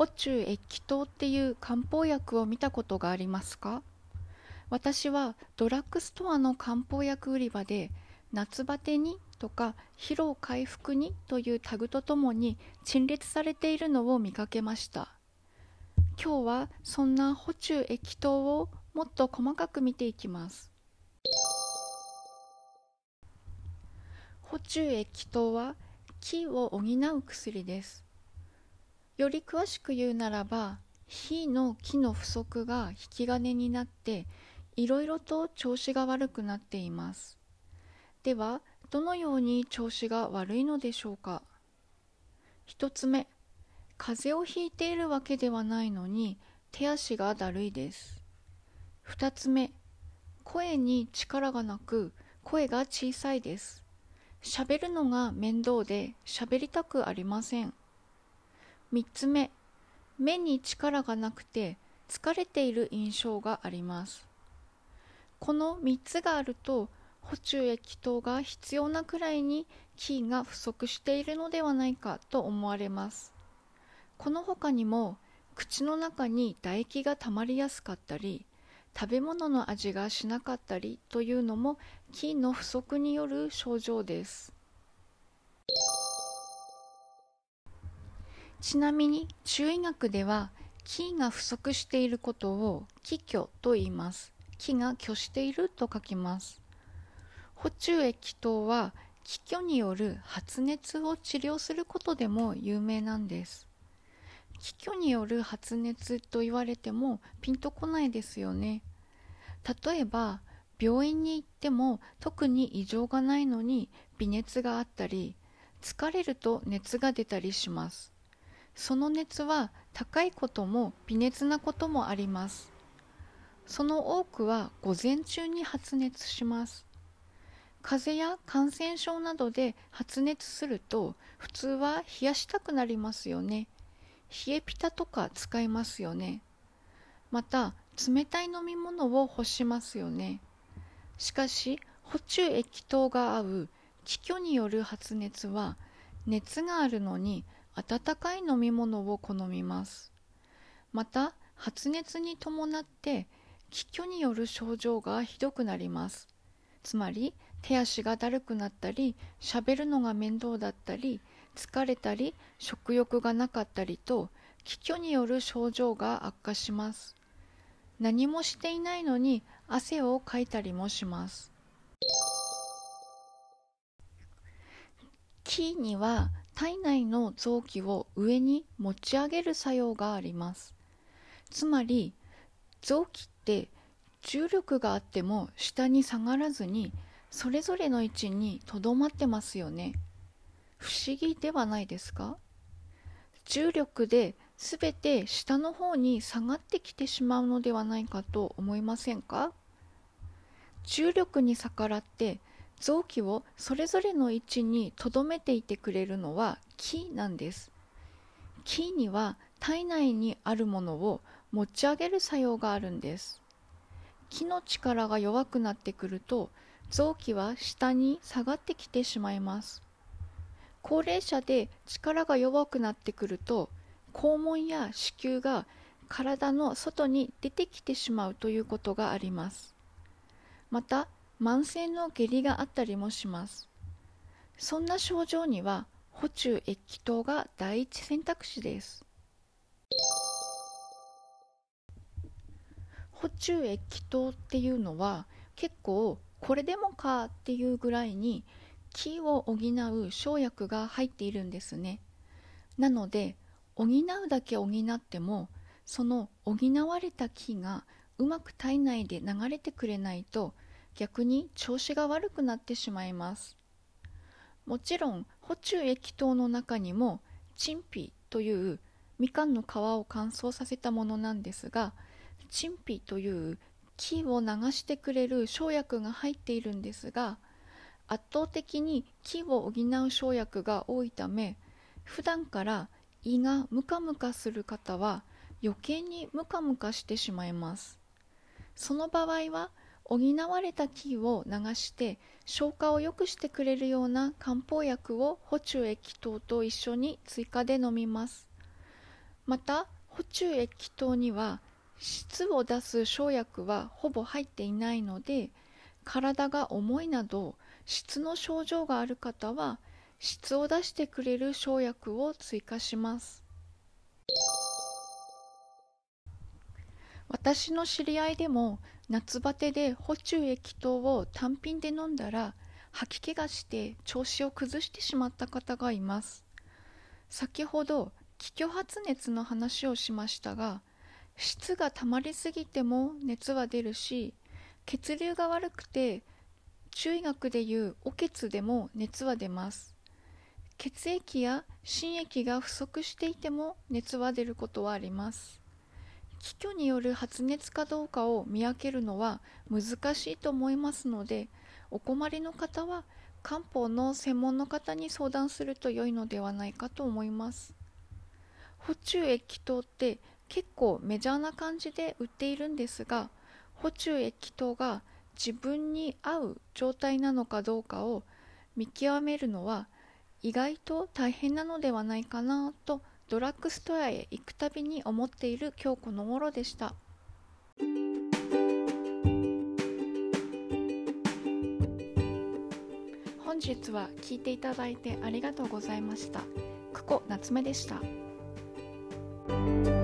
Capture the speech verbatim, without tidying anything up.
補中益気糖っていう漢方薬を見たことがありますか？私はドラッグストアの漢方薬売り場で夏バテにとか疲労回復にというタグとともに陳列されているのを見かけました。今日はそんな補中益気糖をもっと細かく見ていきます。補中益気糖は気を補う薬です。より詳しく言うならば、脾の気の不足が引き金になっていろいろと調子が悪くなっています。ではどのように調子が悪いのでしょうか。一つ目、風邪をひいているわけではないのに手足がだるいです。二つ目、声に力がなく声が小さいです。喋るのが面倒で喋りたくありません。三つ目、目に力がなくて疲れている印象があります。このみっつがあると補中益気糖が必要なくらいに気が不足しているのではないかと思われます。この他にも口の中に唾液がたまりやすかったり、食べ物の味がしなかったりというのも気の不足による症状です。ちなみに中医学では気が不足していることを気虚と言います。気が虚していると書きます。補中益気糖は気虚による発熱を治療することでも有名なんです。気虚による発熱と言われてもピンとこないですよね。例えば病院に行っても特に異常がないのに微熱があったり、疲れると熱が出たりします。その熱は高いことも微熱なこともあります。その多くは午前中に発熱します。風邪や感染症などで発熱すると普通は冷やしたくなりますよね。冷えピタとか使いますよね。また冷たい飲み物を欲しますよね。しかし補中益気糖が合う気虚による発熱は熱があるのに温かい飲み物を好みます。また発熱に伴って気虚による症状がひどくなります。つまり手足がだるくなったり、喋るのが面倒だったり、疲れたり、食欲がなかったりと気虚による症状が悪化します。何もしていないのに汗をかいたりもします。気には体内の臓器を上に持ち上げる作用があります。つまり臓器って重力があっても下に下がらずにそれぞれの位置にとどまってますよね。不思議ではないですか？重力で全て下の方に下がってきてしまうのではないかと思いませんか？重力に逆らって臓器をそれぞれの位置に留めていてくれるのは気なんです。気には体内にあるものを持ち上げる作用があるんです。気の力が弱くなってくると臓器は下に下がってきてしまいます。高齢者で力が弱くなってくると肛門や子宮が体の外に出てきてしまうということがあります。また慢性の下痢があったりもします。そんな症状には補中益気糖が第一選択肢です。補中益気糖っていうのは結構これでもかっていうぐらいに気を補う生薬が入っているんですね。なので補うだけ補ってもその補われた気がうまく体内で流れてくれないと逆に調子が悪くなってしまいます。もちろん補中益気糖の中にも陳皮というみかんの皮を乾燥させたものなんですが、陳皮という気を流してくれる生薬が入っているんですが、圧倒的に気を補う生薬が多いため、普段から胃がムカムカする方は余計にムカムカしてしまいます。その場合は補われた気を流して消化を良くしてくれるような漢方薬を補中益気糖と一緒に追加で飲みます。 また補充液等には質を出す生薬はほぼ入っていないので、体が重いなど質の症状がある方は質を出してくれる生薬を追加します。私の知り合いでも夏バテで補充液等を単品で飲んだら吐き気がして調子を崩してしまった方がいます。先ほど気虚発熱の話をしましたが、質が溜まりすぎても熱は出るし、血流が悪くて中医学でいうお血でも熱は出ます。血液や心液が不足していても熱は出ることはあります。気虚による発熱かどうかを見分けるのは難しいと思いますので、お困りの方は漢方の専門の方に相談すると良いのではないかと思います。補充液等って結構メジャーな感じで売っているんですが、補充液等が自分に合う状態なのかどうかを見極めるのは意外と大変なのではないかなと、ドラッグストアへ行くたびに思っている今日この頃でした。本日は聞いていただいてありがとうございました。久保夏目でした。